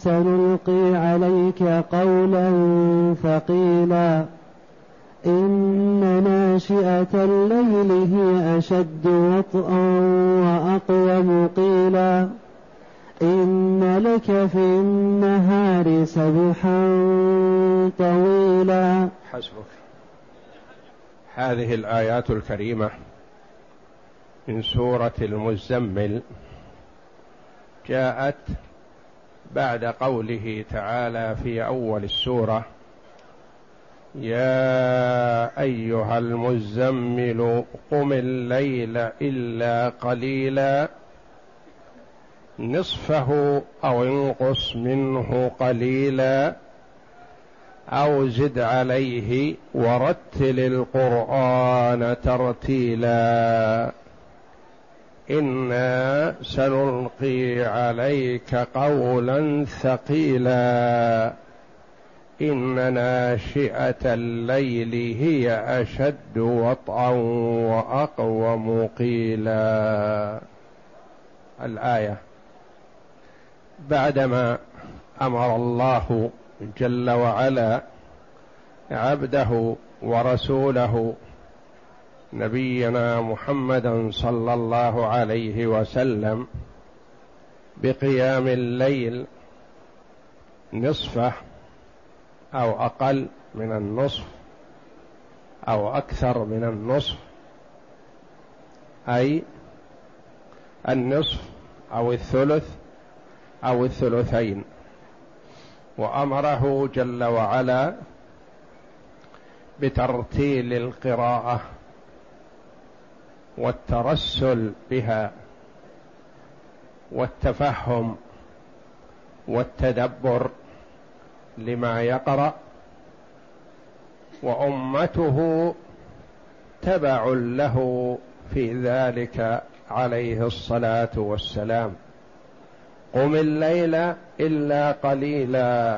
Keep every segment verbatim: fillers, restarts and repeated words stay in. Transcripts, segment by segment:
سنلقي عليك قولا ثقيلا إن ناشئة الليل هي أشد وطئا وأقوم قيلا إن لك في النهار سبحا طويلا. حسبك. هذه الآيات الكريمة من سورة المزمل جاءت بعد قوله تعالى في أول السورة: يا أيها المزمل قم الليل إلا قليلا نصفه أو انقص منه قليلا أو زد عليه ورتل القرآن ترتيلا إنا سنلقي عليك قولا ثقيلا إن ناشئة الليل هي أشد وطئا وأقوم قيلا. الآية بعدما أمر الله جل وعلا عبده ورسوله نبينا محمدا صلى الله عليه وسلم بقيام الليل نصفه أو أقل من النصف أو أكثر من النصف، أي النصف أو الثلث أو الثلثين، وأمره جل وعلا بترتيل القراءة والترسل بها والتفهم والتدبر لما يقرأ، وأمته تبع له في ذلك عليه الصلاة والسلام. قم الليل إلا قليلا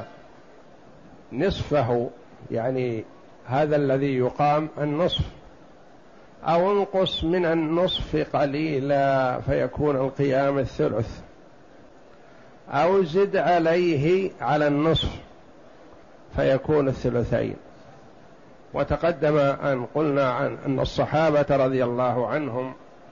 نصفه، يعني هذا الذي يقام النصف، أو انقص من النصف قليلا فيكون القيام الثلث، أو زد عليه على النصف فيكون الثلثين. وتقدم أن قلنا عن أن الصحابة رضي الله عنهم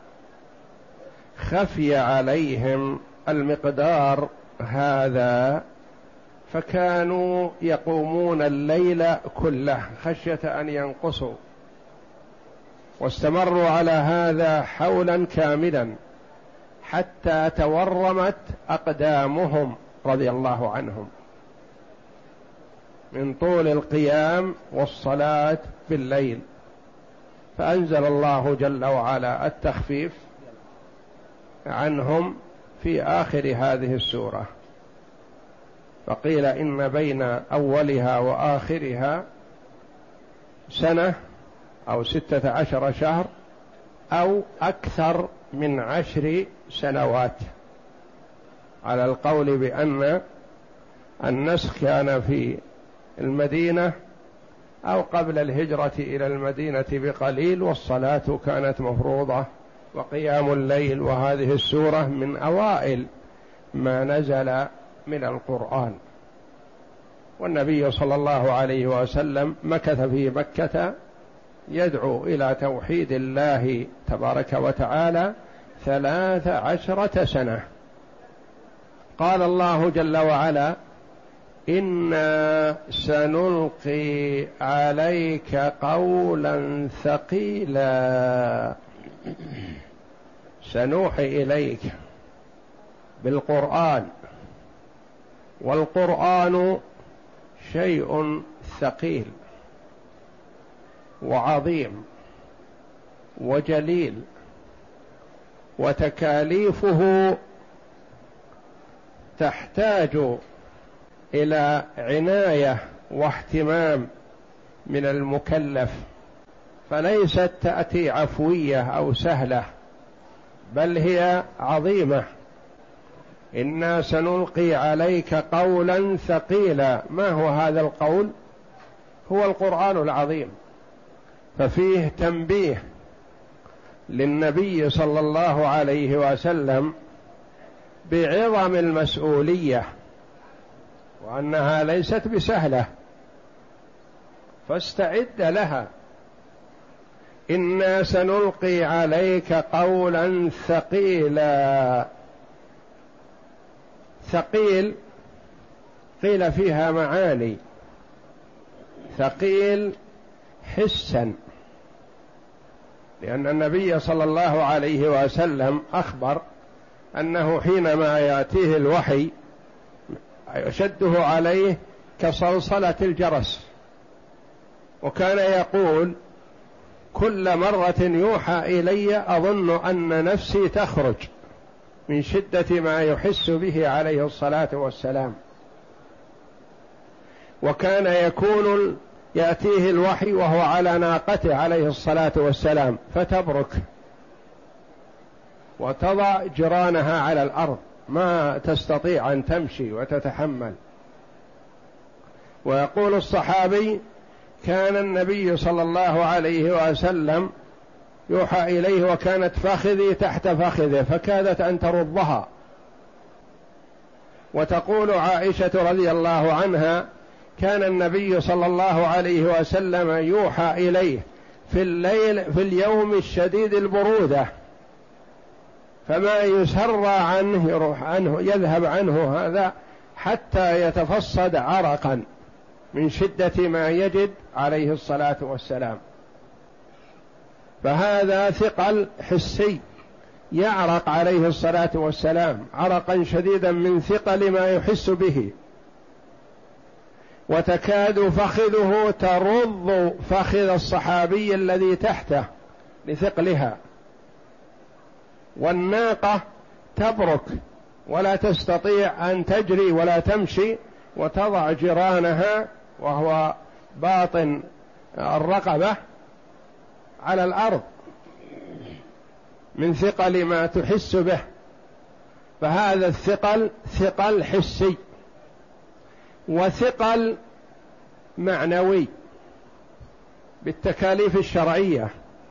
خفي عليهم المقدار هذا فكانوا يقومون الليل كله خشية أن ينقصوا، واستمروا على هذا حولا كاملا حتى تورمت أقدامهم رضي الله عنهم من طول القيام والصلاة بالليل، فأنزل الله جل وعلا التخفيف عنهم في آخر هذه السورة، فقيل إن بين أولها وآخرها سنة أو ستة عشر شهر أو أكثر من عشر سنوات، على القول بأن النسخ كان في المدينة أو قبل الهجرة إلى المدينة بقليل، والصلاة كانت مفروضة وقيام الليل وهذه السورة من أوائل ما نزل من القرآن. والنبي صلى الله عليه وسلم مكث في مكة يدعو إلى توحيد الله تبارك وتعالى ثلاث عشرة سنة. قال الله جل وعلا: إنا سنلقي عليك قولا ثقيلا. سنوحي إليك بالقرآن، والقرآن شيء ثقيل وعظيم وجليل، وتكاليفه تحتاج إلى عناية واهتمام من المكلف، فليست تأتي عفوية أو سهلة، بل هي عظيمة. إنا سنلقي عليك قولا ثقيلا. ما هو هذا القول؟ هو القرآن العظيم، ففيه تنبيه للنبي صلى الله عليه وسلم بعظم المسؤولية وأنها ليست بسهلة، فاستعد لها. إنا سنلقي عليك قولا ثقيلا. ثقيل قيل فيها معاني. ثقيل حسا، لأن النبي صلى الله عليه وسلم أخبر أنه حينما يأتيه الوحي يشده عليه كصلصلة الجرس، وكان يقول كل مرة يوحى إلي أظن أن نفسي تخرج من شدة ما يحس به عليه الصلاة والسلام. وكان يكون يأتيه الوحي وهو على ناقته عليه الصلاة والسلام فتبرك وتضع جرانها على الأرض، ما تستطيع أن تمشي وتتحمل. ويقول الصحابي كان النبي صلى الله عليه وسلم يوحى إليه وكانت فخذي تحت فخذه فكادت أن ترضها. وتقول عائشة رضي الله عنها كان النبي صلى الله عليه وسلم يوحى إليه في الليل في اليوم الشديد البرودة، فما يسرى عنه يروح عنه يذهب عنه هذا حتى يتفصد عرقا من شدة ما يجد عليه الصلاة والسلام. فهذا ثقل حسي، يعرق عليه الصلاة والسلام عرقا شديدا من ثقل ما يحس به، وتكاد فخذه ترض فخذ الصحابي الذي تحته لثقلها، والناقة تبرك ولا تستطيع أن تجري ولا تمشي، وتضع جرانها وهو باطن الرقبة على الأرض من ثقل ما تحس به. فهذا الثقل ثقل حسي وثقل معنوي بالتكاليف الشرعية.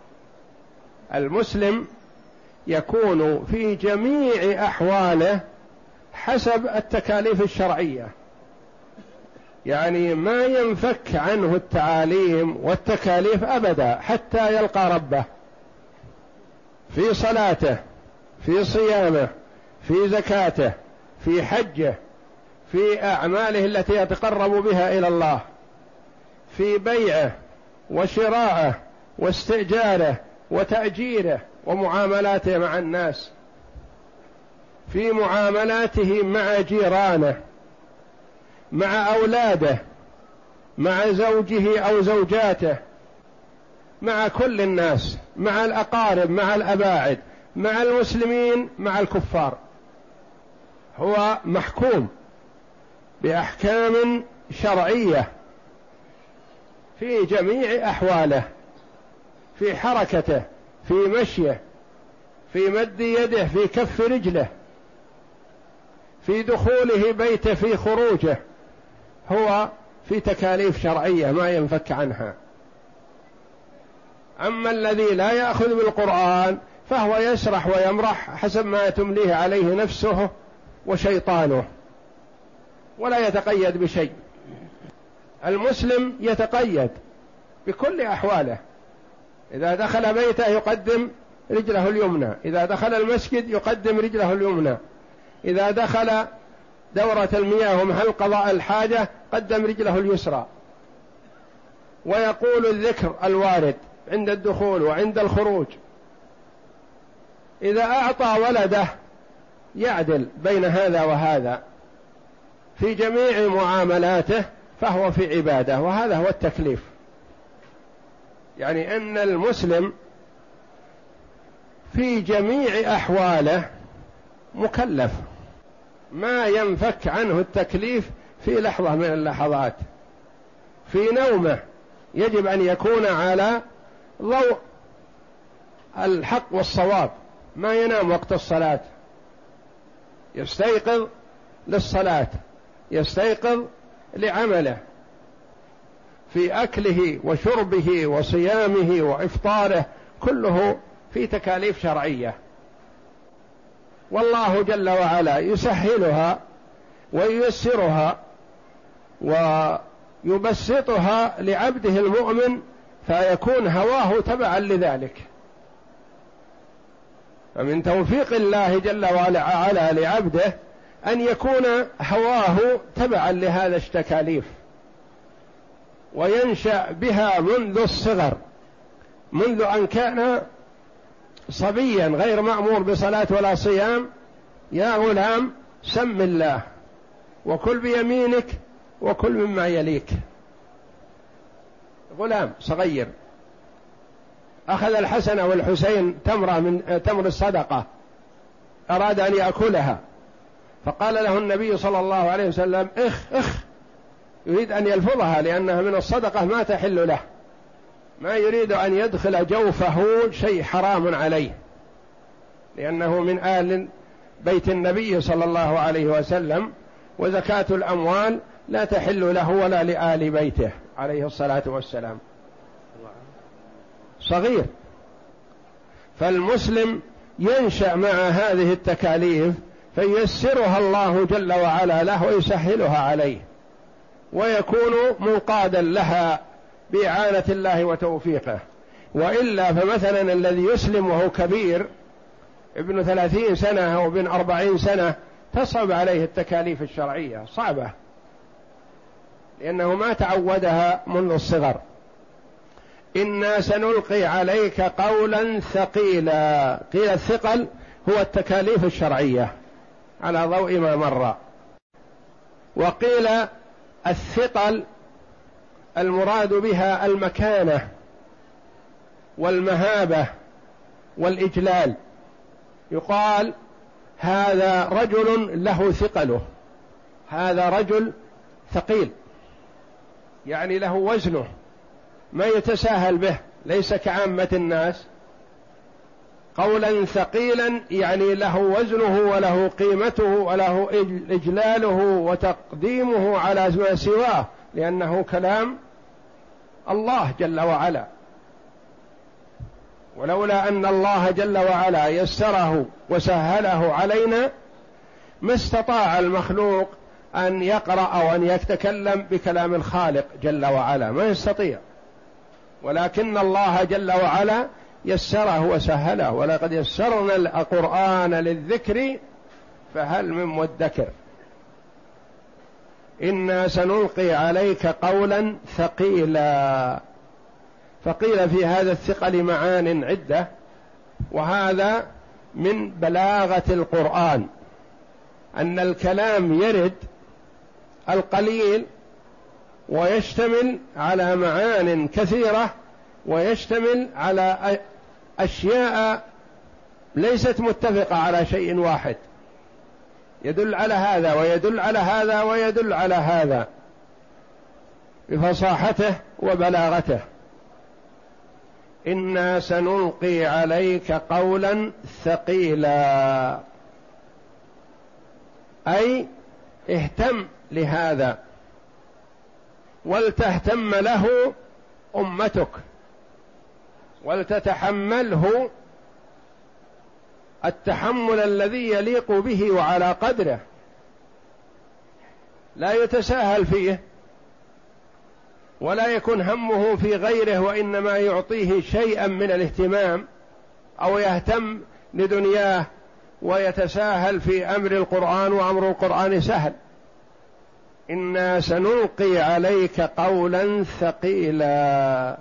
المسلم يكون في جميع أحواله حسب التكاليف الشرعية، يعني ما ينفك عنه التعاليم والتكاليف أبدا حتى يلقى ربه، في صلاته، في صيامه، في زكاته، في حجه، في أعماله التي يتقرب بها إلى الله، في بيعه وشراءه واستئجاره وتأجيره ومعاملاته مع الناس، في معاملاته مع جيرانه، مع أولاده، مع زوجه أو زوجاته، مع كل الناس، مع الأقارب، مع الأباعد، مع المسلمين، مع الكفار. هو محكوم بأحكام شرعية في جميع أحواله، في حركته، في مشيه، في مد يده، في كف رجله، في دخوله بيته، في خروجه، هو في تكاليف شرعية ما ينفك عنها. أما الذي لا يأخذ بالقرآن فهو يسرح ويمرح حسب ما تمليه عليه نفسه وشيطانه، ولا يتقيد بشيء. المسلم يتقيد بكل أحواله، إذا دخل بيته يقدم رجله اليمنى، إذا دخل المسجد يقدم رجله اليمنى، إذا دخل دورة المياه ومحل قضاء الحاجة قدم رجله اليسرى، ويقول الذكر الوارد عند الدخول وعند الخروج. إذا أعطى ولده يعدل بين هذا وهذا في جميع معاملاته، فهو في عبادة، وهذا هو التكليف. يعني أن المسلم في جميع أحواله مكلف، ما ينفك عنه التكليف في لحظة من اللحظات. في نومه يجب أن يكون على ضوء الحق والصواب، ما ينام وقت الصلاة، يستيقظ للصلاة، يستيقظ لعمله، في أكله وشربه وصيامه وإفطاره كله في تكاليف شرعية، والله جل وعلا يسهلها وييسرها ويبسطها لعبده المؤمن فيكون هواه تبعا لذلك. فمن توفيق الله جل وعلا لعبده أن يكون هواه تبعا لهذا التكاليف، وينشأ بها منذ الصغر، منذ أن كان صبيا غير مأمور بصلاة ولا صيام: يا غلام سم الله وكل بيمينك وكل مما يليك. غلام صغير أخذ الحسن والحسين تمرة من تمر الصدقة، أراد أن يأكلها، فقال له النبي صلى الله عليه وسلم: اخ اخ، يريد أن يلفظها لأنها من الصدقة ما تحل له، ما يريد أن يدخل جوفه شيء حرام عليه، لأنه من آل بيت النبي صلى الله عليه وسلم، وزكاة الأموال لا تحل له ولا لآل بيته عليه الصلاة والسلام. صغير، فالمسلم ينشأ مع هذه التكاليف فييسرها الله جل وعلا له ويسهلها عليه، ويكون منقادا لها بإعانة الله وتوفيقه. وإلا فمثلا الذي يسلم وهو كبير ابن ثلاثين سنة أو ابن أربعين سنة تصعب عليه التكاليف الشرعية، صعبة، لأنه ما تعودها منذ الصغر. إنا سنلقي عليك قولا ثقيلا. قيل الثقل هو التكاليف الشرعية على ضوء ما مر، وقيل الثقل المراد بها المكانة والمهابة والإجلال. يقال هذا رجل له ثقله، هذا رجل ثقيل، يعني له وزنه ما يتساهل به، ليس كعامة الناس. قولا ثقيلا يعني له وزنه وله قيمته وله إجلاله وتقديمه على ما سواه، لأنه كلام الله جل وعلا. ولولا أن الله جل وعلا يسره وسهله علينا ما استطاع المخلوق أن يقرأ أو أن يتكلم بكلام الخالق جل وعلا، ما يستطيع، ولكن الله جل وعلا يسره وسهله. ولقد يسرنا القرآن للذكر فهل من مدكر. إنا سنلقي عليك قولا ثقيلا. فقيل في هذا الثقل معان عدة، وهذا من بلاغة القرآن أن الكلام يرد القليل ويشتمل على معان كثيرة، ويشتمل على أشياء ليست متفقة على شيء واحد، يدل على هذا ويدل على هذا ويدل على هذا بفصاحته وبلاغته. إنا سنلقي عليك قولا ثقيلا، أي اهتم لهذا ولتهتم له أمتك ولتتحمله التحمل الذي يليق به وعلى قدره، لا يتساهل فيه ولا يكون همه في غيره، وإنما يعطيه شيئا من الاهتمام، أو يهتم لدنياه ويتساهل في أمر القرآن، وأمر القرآن سهل. إنا سنلقي عليك قولا ثقيلا.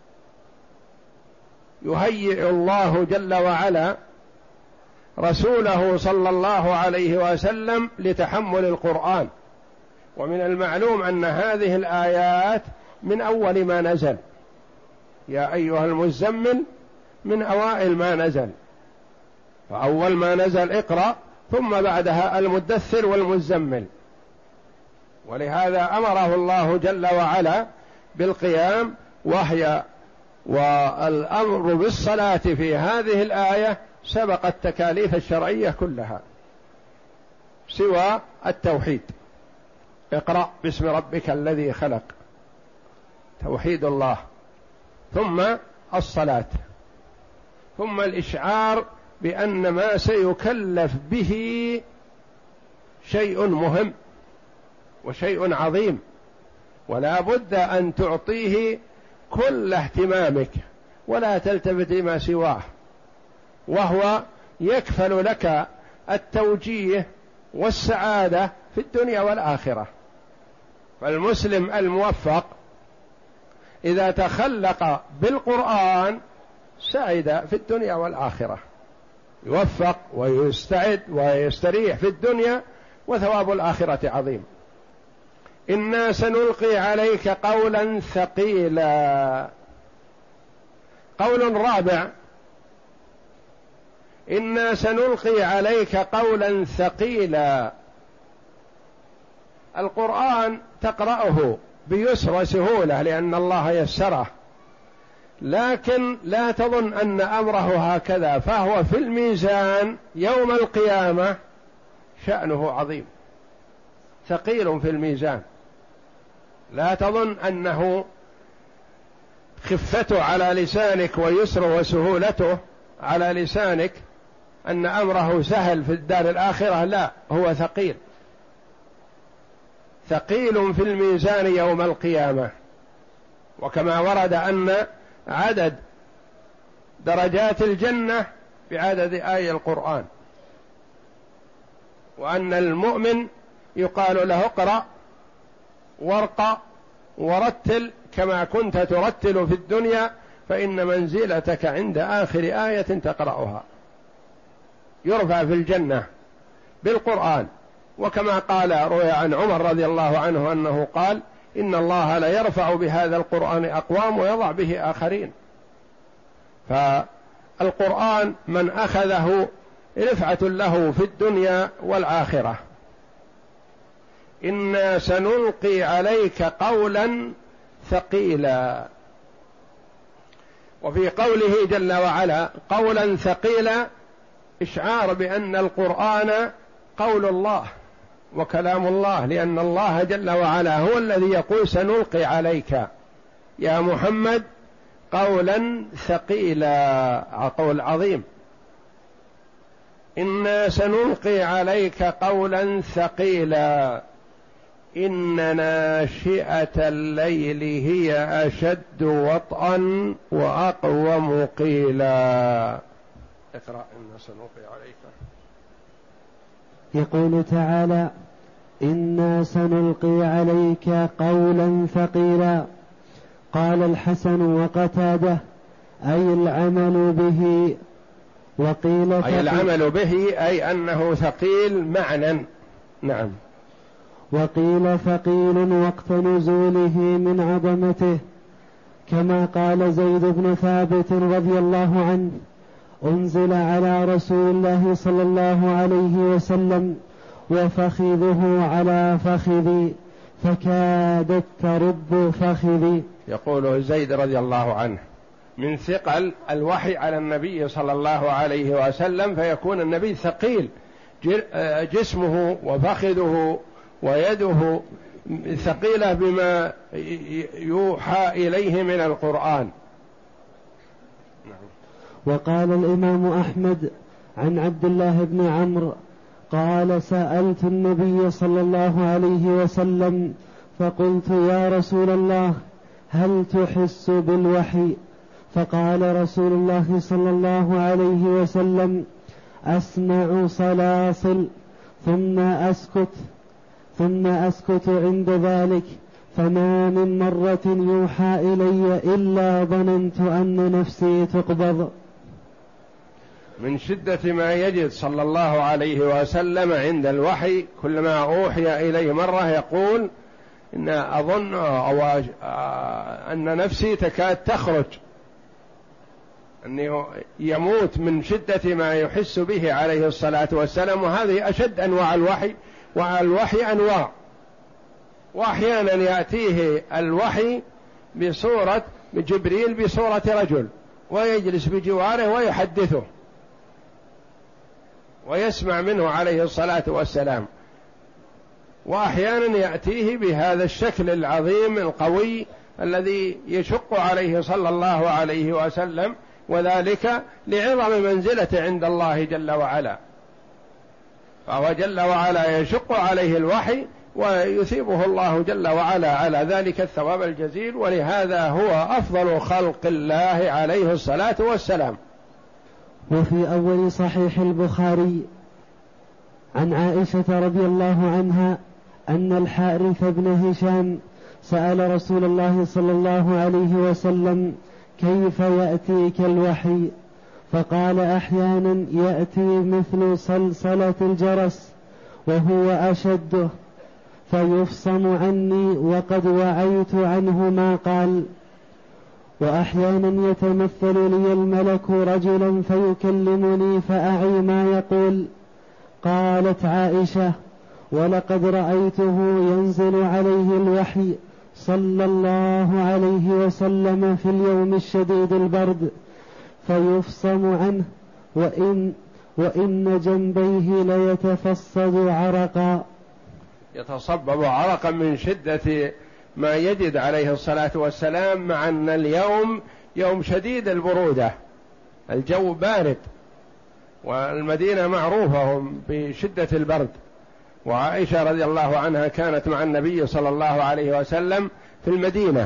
يهيئ الله جل وعلا رسوله صلى الله عليه وسلم لتحمل القرآن. ومن المعلوم أن هذه الآيات من أول ما نزل، يا أيها المزمل من أوائل ما نزل، فأول ما نزل اقرأ، ثم بعدها المدثر والمزمل. ولهذا أمره الله جل وعلا بالقيام، وهي والأمر بالصلاة في هذه الآية سبق التكاليف الشرعية كلها سوى التوحيد. اقرأ باسم ربك الذي خلق، توحيد الله، ثم الصلاة، ثم الإشعار بأن ما سيكلف به شيء مهم وشيء عظيم، ولا بد أن تعطيه كل اهتمامك ولا تلتفت لما سواه، وهو يكفل لك التوجيه والسعادة في الدنيا والآخرة. فالمسلم الموفق إذا تخلق بالقرآن سعد في الدنيا والآخرة، يوفق ويستعد ويستريح في الدنيا، وثواب الآخرة عظيم. إنا سنلقي عليك قولا ثقيلا. قول رابع: إنا سنلقي عليك قولا ثقيلا. القرآن تقرأه بيسر وسهولة لأن الله يسره، لكن لا تظن أن أمره هكذا، فهو في الميزان يوم القيامة شأنه عظيم، ثقيل في الميزان. لا تظن أنه خفته على لسانك ويسر وسهولته على لسانك أن أمره سهل في الدار الآخرة، لا، هو ثقيل، ثقيل في الميزان يوم القيامة. وكما ورد أن عدد درجات الجنة بعدد آي القرآن، وأن المؤمن يقال له: اقرأ وارقى ورتل كما كنت ترتل في الدنيا، فإن منزلتك عند آخر آية تقرأها. يرفع في الجنة بالقرآن. وكما قال روي عن عمر رضي الله عنه أنه قال: إن الله لا يرفع بهذا القرآن أقوام ويضع به آخرين. فالقرآن من أخذه رفعة له في الدنيا والآخرة. إنا سنلقي عليك قولا ثقيلا. وفي قوله جل وعلا قولا ثقيلا إشعار بأن القرآن قول الله وكلام الله، لأن الله جل وعلا هو الذي يقول: سنلقي عليك يا محمد قولا ثقيلا، قول عظيم. إنا سنلقي عليك قولا ثقيلا إن ناشئة الليل هي أشد وطئا وأقوم قيلا. اقرأ: إنا سنلقي عليك. يقول تعالى: إنا سنلقي عليك قولا ثقيلا. قال الحسن وقتاده: أي العمل به. وقيل أي العمل به أي أنه ثقيل معنى. نعم. وقيل ثقيل وقت نزوله من عظمته، كما قال زيد بن ثابت رضي الله عنه: أنزل على رسول الله صلى الله عليه وسلم وفخذه على فخذي فكادت ترب فخذي. يقول زيد رضي الله عنه: من ثقل الوحي على النبي صلى الله عليه وسلم، فيكون النبي ثقيل جسمه وفخذه ويده ثقيلة بما يوحى إليه من القرآن. وقال الإمام أحمد عن عبد الله بن عمرو قال: سألت النبي صلى الله عليه وسلم فقلت: يا رسول الله، هل تحس بالوحي؟ فقال رسول الله صلى الله عليه وسلم: أسمع صلاصل ثم أسكت ثم أسكت عند ذلك، فما من مرة يوحى إلي إلا ظننت أن نفسي تقبض. من شدة ما يجد صلى الله عليه وسلم عند الوحي، كلما أوحي إليه مرة يقول: إن أظن أو أن نفسي تكاد تخرج، أنه يموت من شدة ما يحس به عليه الصلاة والسلام. وهذه أشد أنواع الوحي، والوحي أنواع، وأحيانا يأتيه الوحي بصورة جبريل بصورة رجل ويجلس بجواره ويحدثه ويسمع منه عليه الصلاة والسلام، وأحيانا يأتيه بهذا الشكل العظيم القوي الذي يشق عليه صلى الله عليه وسلم، وذلك لعظم منزلته عند الله جل وعلا. فهو جل وعلا يشق عليه الوحي ويثيبه الله جل وعلا على ذلك الثواب الجزيل، ولهذا هو أفضل خلق الله عليه الصلاة والسلام. وفي أول صحيح البخاري عن عائشة رضي الله عنها أن الحارث بن هشام سأل رسول الله صلى الله عليه وسلم: كيف يأتيك الوحي؟ فقال: أحيانا يأتي مثل صلصلة الجرس وهو أشده فيفصم عني وقد وعيت عنه ما قال، وأحيانا يتمثل لي الملك رجلا فيكلمني فأعي ما يقول. قالت عائشة: ولقد رأيته ينزل عليه الوحي صلى الله عليه وسلم في اليوم الشديد البرد فيفصم عنه وإن, وإن جنبيه ليتفصد عرقا، يتصبب عرقا من شدة ما يجد عليه الصلاة والسلام، مع أن اليوم يوم شديد البرودة، الجو بارد، والمدينة معروفة بشدة البرد. وعائشة رضي الله عنها كانت مع النبي صلى الله عليه وسلم في المدينة.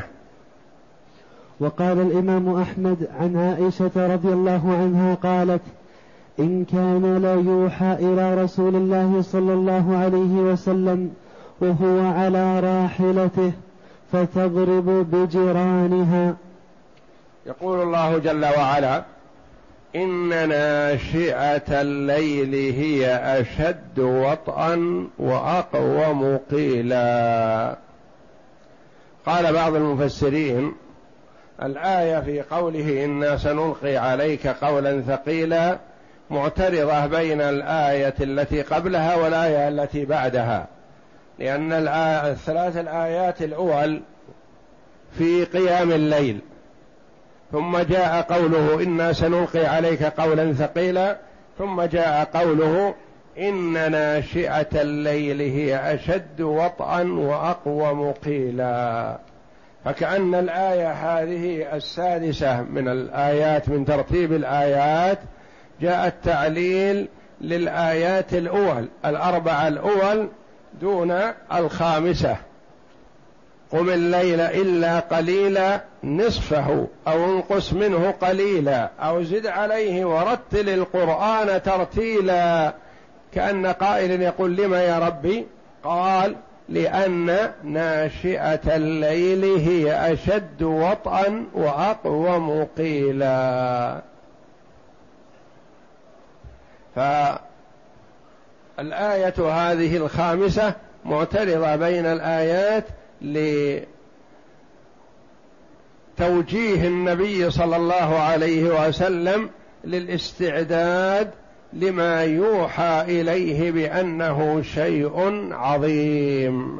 وقال الإمام أحمد عن عائشة رضي الله عنها قالت: إن كان لا يوحى إلى رسول الله صلى الله عليه وسلم وهو على راحلته فتضرب بجيرانها. يقول الله جل وعلا: إن ناشئة الليل هي أشد وطئا وأقوم قيلا. قال بعض المفسرين: الآية في قوله إنا سنلقي عليك قولا ثقيلا معترضة بين الآية التي قبلها والآية التي بعدها، لأن الثلاث الآيات الأول في قيام الليل، ثم جاء قوله إنا سنلقي عليك قولا ثقيلا، ثم جاء قوله إن ناشئة الليل هي أشد وطئا وأقوم قيلا. فكأن الآية هذه السادسة من الآيات من ترتيب الآيات جاء التعليل للآيات الأول الأربعة الأول دون الخامسة: قم الليل إلا قليلا نصفه أو انقص منه قليلا أو زد عليه ورتل القرآن ترتيلا. كأن قائل يقول: لما يا ربي؟ قال: لأن ناشئة الليل هي أشد وطئا وأقوم قيلا. فالآية هذه الخامسة معترضة بين الآيات لتوجيه النبي صلى الله عليه وسلم للاستعداد لما يوحى إليه بأنه شيء عظيم.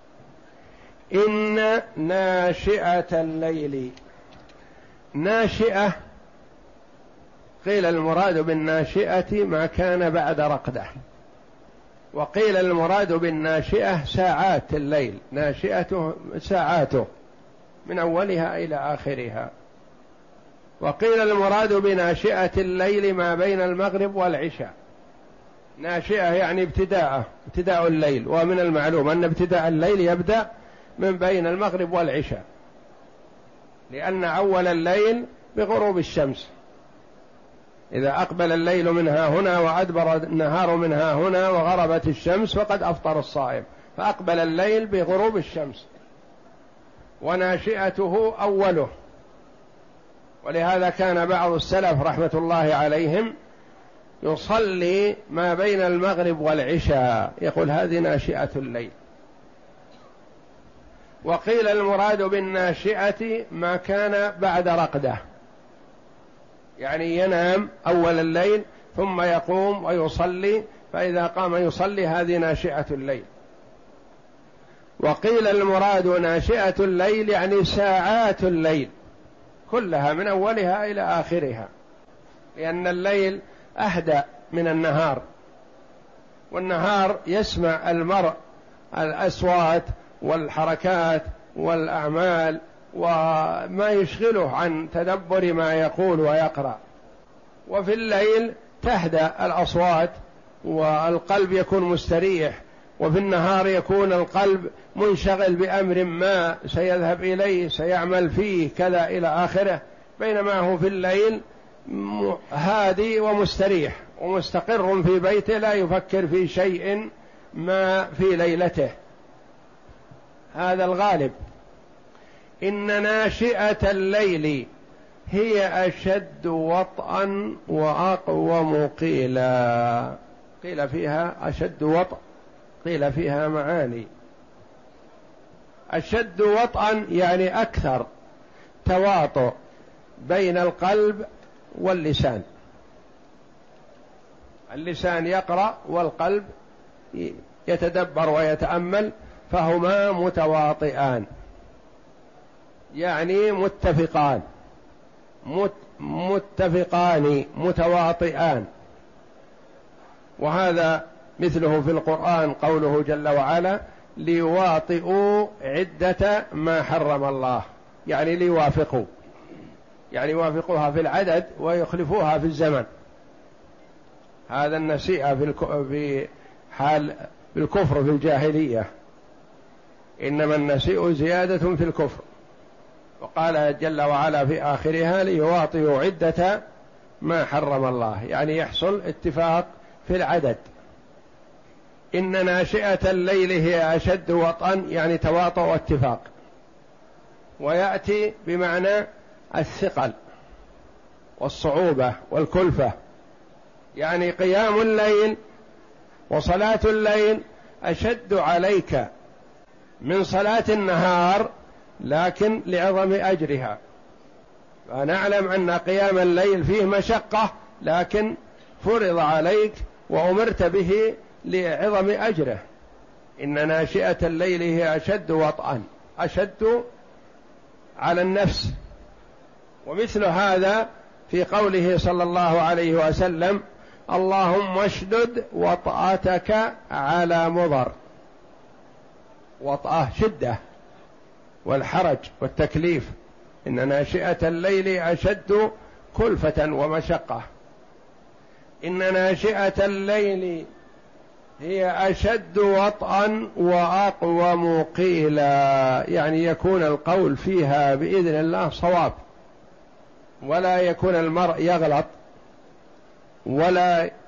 إن ناشئة الليل، ناشئة قيل المراد بالناشئة ما كان بعد رقدة، وقيل المراد بالناشئة ساعات الليل، ناشئته ساعاته من أولها إلى آخرها. وقيل المراد بناشئة الليل ما بين المغرب والعشاء. ناشئة يعني ابتداء ابتداء الليل، ومن المعلوم أن ابتداء الليل يبدأ من بين المغرب والعشاء، لأن أول الليل بغروب الشمس، إذا أقبل الليل منها هنا وأدبر النهار منها هنا وغربت الشمس فقد أفطر الصائم، فأقبل الليل بغروب الشمس، وناشئته أوله. ولهذا كان بعض السلف رحمة الله عليهم يصلي ما بين المغرب والعشاء، يقول هذه ناشئة الليل. وقيل المراد بالناشئة ما كان بعد رقدة، يعني ينام أول الليل ثم يقوم ويصلي، فإذا قام يصلي هذه ناشئة الليل. وقيل المراد ناشئة الليل يعني ساعات الليل كلها من أولها إلى آخرها، لأن الليل أهدى من النهار، والنهار يسمع المرء الأصوات والحركات والأعمال وما يشغله عن تدبر ما يقول ويقرأ. وفي الليل تهدأ الأصوات والقلب يكون مستريح وفي النهار يكون القلب منشغل بأمر ما سيذهب إليه سيعمل فيه كذا إلى آخره، بينما هو في الليل هادي ومستريح ومستقر في بيته لا يفكر في شيء ما في ليلته، هذا الغالب. إن ناشئة الليل هي أشد وطئا وأقوم قيلا. قيل فيها أشد وطئ، قيل فيها معاني. أشد وطئا يعني أكثر تواطؤ بين القلب واللسان، اللسان يقرأ والقلب يتدبر ويتأمل، فهما متواطئان يعني متفقان مت متفقان متواطئان. وهذا مثله في القرآن قوله جل وعلا ليواطئوا عدة ما حرم الله، يعني ليوافقوا، يعني يوافقوها في العدد ويخلفوها في الزمن. هذا النسيئة في, في حال بالكفر في الجاهلية، إنما النسيء زيادة في الكفر. وقال جل وعلا في آخرها ليواطئوا عدة ما حرم الله، يعني يحصل اتفاق في العدد. إن ناشئة الليل هي أشد وطئا يعني تواطؤ واتفاق، ويأتي بمعنى الثقل والصعوبة والكلفة، يعني قيام الليل وصلاة الليل أشد عليك من صلاة النهار، لكن لعظم أجرها. فنعلم أن قيام الليل فيه مشقة، لكن فرض عليك وأمرت به لعظم أجره. إن ناشئة الليل هي أشد وطئا، أشد على النفس. ومثل هذا في قوله صلى الله عليه وسلم اللهم اشدد وطأتك على مضر. وطأة شدة والحرج والتكليف. إن ناشئة الليل أشد كلفة ومشقة. إن ناشئة الليل هي أشد وطئا وأقوم قيلا، يعني يكون القول فيها بإذن الله صواب، ولا يكون المرء يغلط ولا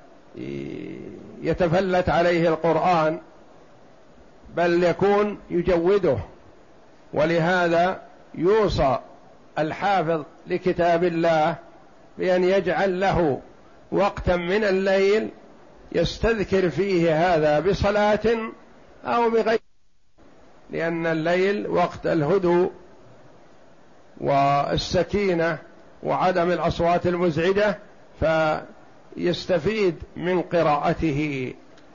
يتفلت عليه القرآن، بل يكون يجوده. ولهذا يوصى الحافظ لكتاب الله بأن يجعل له وقتا من الليل يستذكر فيه هذا بصلاة أو بغير، لأن الليل وقت الهدوء والسكينة وعدم الأصوات المزعجة، فيستفيد من قراءته.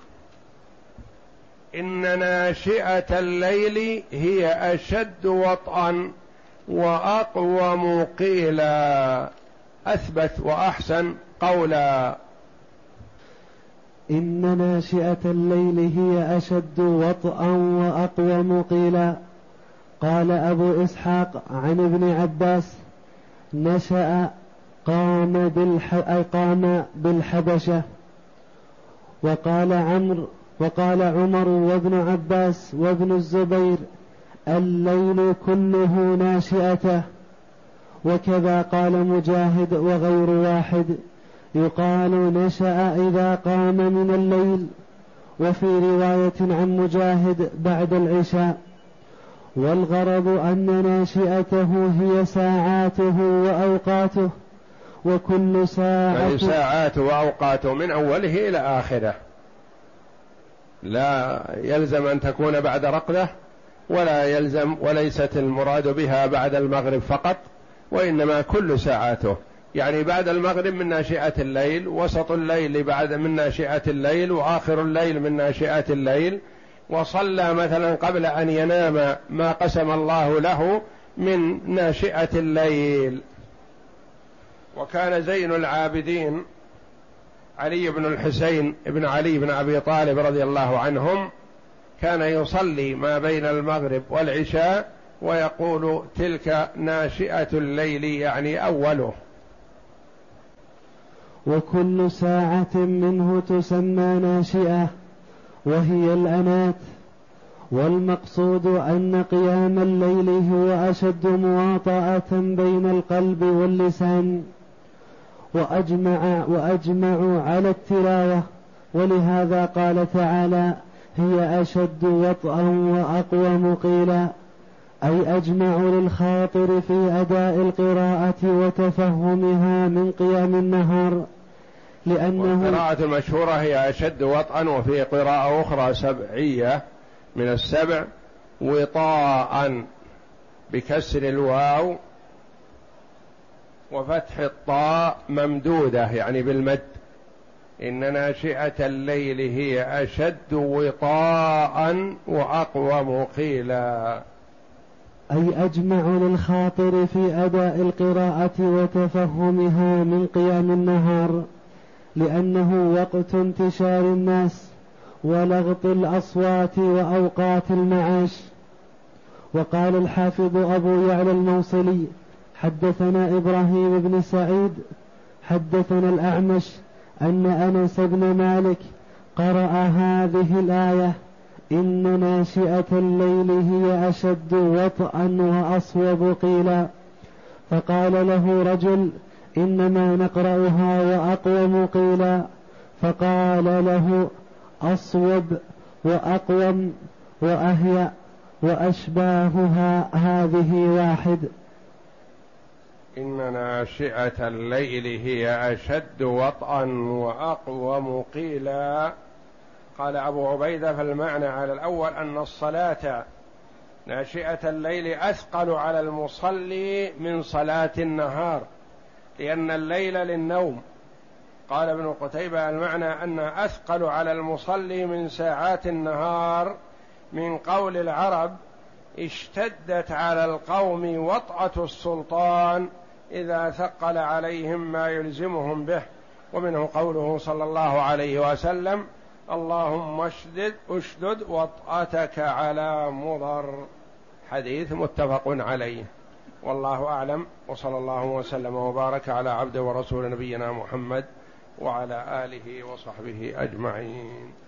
إن ناشئة الليل هي أشد وطئا وأقوم قيلا، أثبت وأحسن قولا. إن ناشئة الليل هي أشد وطئا وأقوم قيلا. قال أبو إسحاق عن ابن عباس نشأ قام, بالح... قام بالحبشة. وقال عمرو وقال عمر وابن عباس وابن الزبير الليل كله ناشئته. وكذا قال مجاهد وغير واحد يقال نشأ إذا قام من الليل. وفي رواية عن مجاهد بعد العشاء. والغرض أن ناشئته هي ساعاته وأوقاته، وكل ساعة يعني ساعاته وأوقاته من أوله إلى آخره، لا يلزم أن تكون بعد رقدة، ولا يلزم وليست المراد بها بعد المغرب فقط، وإنما كل ساعاته. يعني بعد المغرب من ناشئة الليل، وسط الليل بعد من ناشئة الليل، وآخر الليل من ناشئة الليل. وصلى مثلا قبل أن ينام ما قسم الله له من ناشئة الليل. وكان زين العابدين علي بن الحسين بن علي بن أبي طالب رضي الله عنهم كان يصلي ما بين المغرب والعشاء ويقول تلك ناشئة الليل، يعني أوله. وكل ساعة منه تسمى ناشئة. وهي الأنات. والمقصود أن قيام الليل هو أشد مواطأة بين القلب واللسان. وأجمع, وأجمع على التلاوة، ولهذا قال تعالى: هي أشد وطئا وأقوم قيلا، أي أجمع للخاطر في أداء القراءة وتفهمها من قيام النهار، لأنه القراءة المشهورة هي أشد وطئا، وفي قراءة أخرى سبعية من السبع: وطاء بكسر الواو وفتح الطاء ممدودة يعني بالمد. إن ناشئة الليل هي أشد وطاء وأقوم قيلا، أي أجمع للخاطر في أداء القراءة وتفهمها من قيام النهار، لأنه وقت انتشار الناس ولغط الأصوات وأوقات المعاش. وقال الحافظ أبو يعلى الموصلي: حدثنا إبراهيم بن سعيد حدثنا الأعمش أن أنس بن مالك قرأ هذه الآية: إن ناشئة الليل هي أشد وطئا وأصوب قيلا. فقال له رجل: إنما نقرأها وأقوم قيلا. فقال له: أصوب وأقوم وأهيأ وأشباهها هذه واحد. إن ناشئة الليل هي أشد وطئا وأقوم قيلا. قال أبو عبيدة: فالمعنى على الأول أن الصلاة ناشئة الليل أثقل على المصلي من صلاة النهار، لأن الليل للنوم. قال ابن قتيبة: المعنى أن أثقل على المصلي من ساعات النهار، من قول العرب: اشتدت على القوم وطأة السلطان إذا ثقل عليهم ما يلزمهم به. ومنه قوله صلى الله عليه وسلم: اللهم اشدد اشدد وطأتك على مضر. حديث متفق عليه. والله أعلم، وصلى الله وسلم وبارك على عبد ورسول نبينا محمد وعلى آله وصحبه أجمعين.